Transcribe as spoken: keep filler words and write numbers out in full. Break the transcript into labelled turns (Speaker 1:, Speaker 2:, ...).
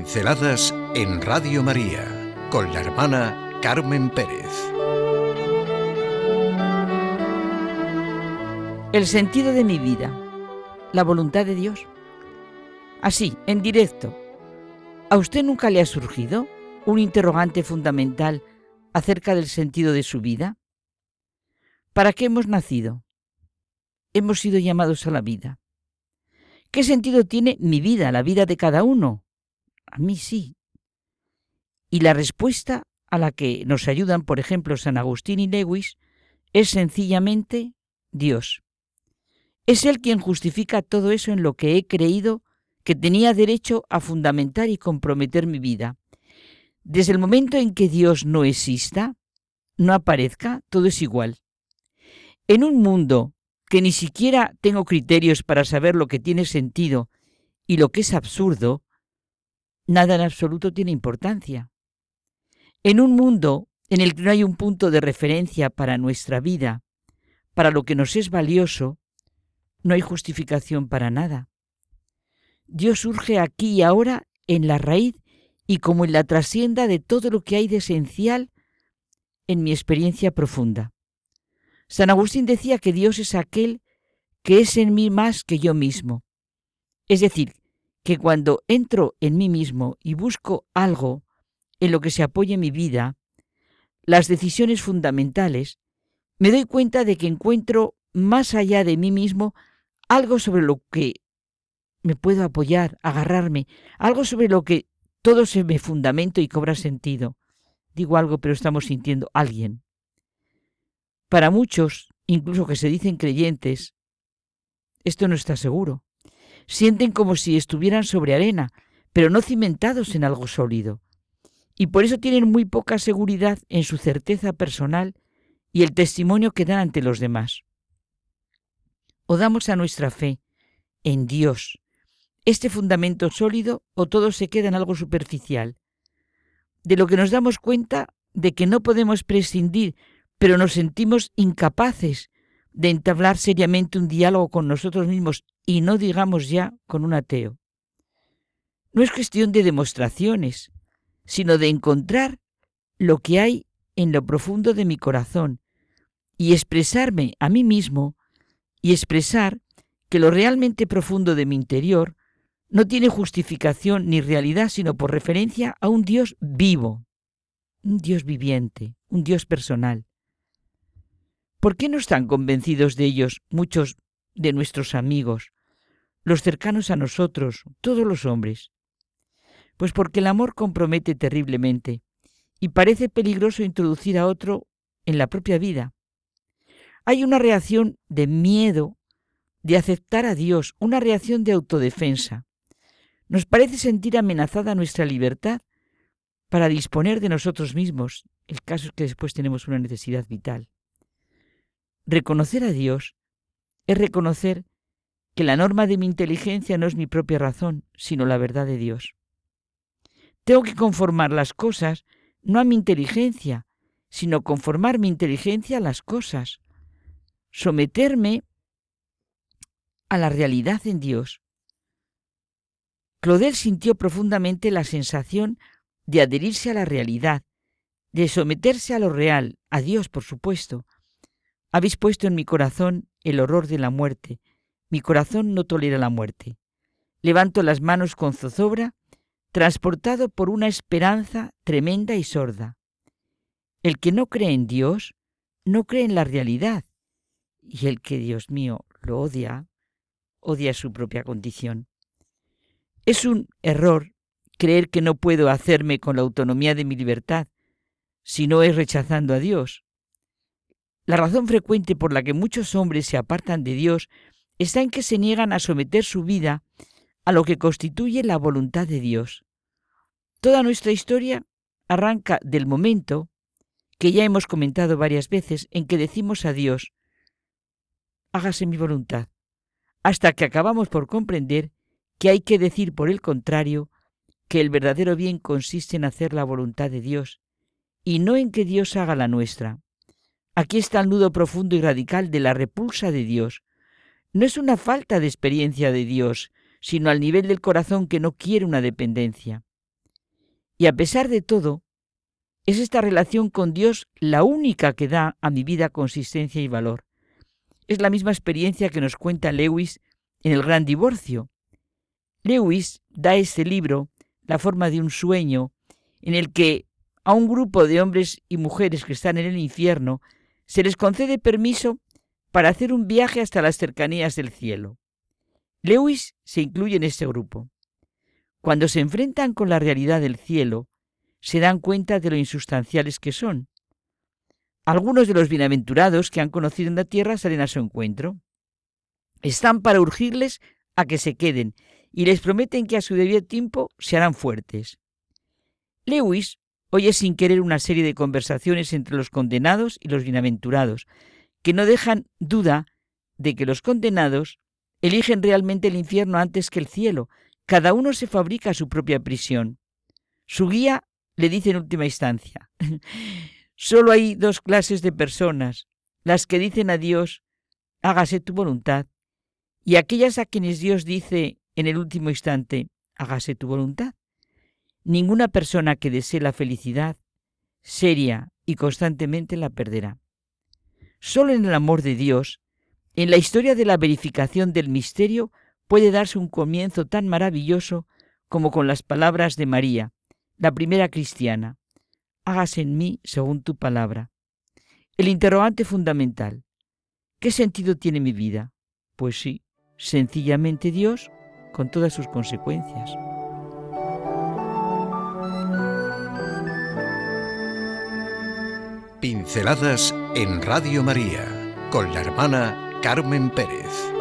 Speaker 1: Pinceladas en Radio María con la hermana Carmen Pérez.
Speaker 2: El sentido de mi vida, la voluntad de Dios. Así, en directo, ¿a usted nunca le ha surgido un interrogante fundamental acerca del sentido de su vida? ¿Para qué hemos nacido? Hemos sido llamados a la vida. ¿Qué sentido tiene mi vida, la vida de cada uno? A mí sí. Y la respuesta a la que nos ayudan, por ejemplo, San Agustín y Lewis, es sencillamente Dios. Es Él quien justifica todo eso en lo que he creído que tenía derecho a fundamentar y comprometer mi vida. Desde el momento en que Dios no exista, no aparezca, todo es igual. En un mundo que ni siquiera tengo criterios para saber lo que tiene sentido y lo que es absurdo, nada en absoluto tiene importancia. En un mundo en el que no hay un punto de referencia para nuestra vida, para lo que nos es valioso, no hay justificación para nada. Dios surge aquí y ahora en la raíz y como en la trasienda de todo lo que hay de esencial en mi experiencia profunda. San Agustín decía que Dios es aquel que es en mí más que yo mismo. Es decir, que cuando entro en mí mismo y busco algo en lo que se apoye mi vida, las decisiones fundamentales, me doy cuenta de que encuentro más allá de mí mismo algo sobre lo que me puedo apoyar, agarrarme, algo sobre lo que todo se me fundamento y cobra sentido. Digo algo, pero estamos sintiendo alguien. Para muchos, incluso que se dicen creyentes, esto no está seguro. Sienten como si estuvieran sobre arena, pero no cimentados en algo sólido. Y por eso tienen muy poca seguridad en su certeza personal y el testimonio que dan ante los demás. O damos a nuestra fe en Dios este fundamento sólido o todo se queda en algo superficial, de lo que nos damos cuenta de que no podemos prescindir, pero nos sentimos incapaces de entablar seriamente un diálogo con nosotros mismos y no digamos ya con un ateo. No es cuestión de demostraciones, sino de encontrar lo que hay en lo profundo de mi corazón y expresarme a mí mismo y expresar que lo realmente profundo de mi interior no tiene justificación ni realidad, sino por referencia a un Dios vivo, un Dios viviente, un Dios personal. ¿Por qué no están convencidos de ellos muchos de nuestros amigos, los cercanos a nosotros, todos los hombres? Pues porque el amor compromete terriblemente y parece peligroso introducir a otro en la propia vida. Hay una reacción de miedo de aceptar a Dios, una reacción de autodefensa. Nos parece sentir amenazada nuestra libertad para disponer de nosotros mismos. El caso es que después tenemos una necesidad vital. Reconocer a Dios es reconocer que la norma de mi inteligencia no es mi propia razón, sino la verdad de Dios. Tengo que conformar las cosas no a mi inteligencia, sino conformar mi inteligencia a las cosas. Someterme a la realidad en Dios. Claudel sintió profundamente la sensación de adherirse a la realidad, de someterse a lo real, a Dios, por supuesto. Habéis puesto en mi corazón el horror de la muerte. Mi corazón no tolera la muerte. Levanto las manos con zozobra, transportado por una esperanza tremenda y sorda. El que no cree en Dios, no cree en la realidad. Y el que, Dios mío, lo odia, odia su propia condición. Es un error creer que no puedo hacerme con la autonomía de mi libertad, si no es rechazando a Dios. La razón frecuente por la que muchos hombres se apartan de Dios está en que se niegan a someter su vida a lo que constituye la voluntad de Dios. Toda nuestra historia arranca del momento, que ya hemos comentado varias veces, en que decimos a Dios, hágase mi voluntad, hasta que acabamos por comprender que hay que decir por el contrario que el verdadero bien consiste en hacer la voluntad de Dios y no en que Dios haga la nuestra. Aquí está el nudo profundo y radical de la repulsa de Dios. No es una falta de experiencia de Dios, sino al nivel del corazón que no quiere una dependencia. Y a pesar de todo, es esta relación con Dios la única que da a mi vida consistencia y valor. Es la misma experiencia que nos cuenta Lewis en El Gran Divorcio. Lewis da a este libro la forma de un sueño en el que a un grupo de hombres y mujeres que están en el infierno se les concede permiso para hacer un viaje hasta las cercanías del cielo. Lewis se incluye en este grupo. Cuando se enfrentan con la realidad del cielo, se dan cuenta de lo insustanciales que son. Algunos de los bienaventurados que han conocido en la tierra salen a su encuentro. Están para urgirles a que se queden y les prometen que a su debido tiempo se harán fuertes. Lewis oye sin querer una serie de conversaciones entre los condenados y los bienaventurados, que no dejan duda de que los condenados eligen realmente el infierno antes que el cielo. Cada uno se fabrica su propia prisión. Su guía le dice en última instancia: solo hay dos clases de personas, las que dicen a Dios, hágase tu voluntad, y aquellas a quienes Dios dice en el último instante, hágase tu voluntad. Ninguna persona que desee la felicidad seria y constantemente la perderá. Solo en el amor de Dios, en la historia de la verificación del misterio, puede darse un comienzo tan maravilloso como con las palabras de María, la primera cristiana: hágase en mí según tu palabra. El interrogante fundamental: ¿qué sentido tiene mi vida? Pues sí, sencillamente Dios, con todas sus consecuencias.
Speaker 1: Pinceladas en Radio María con la hermana Carmen Pérez.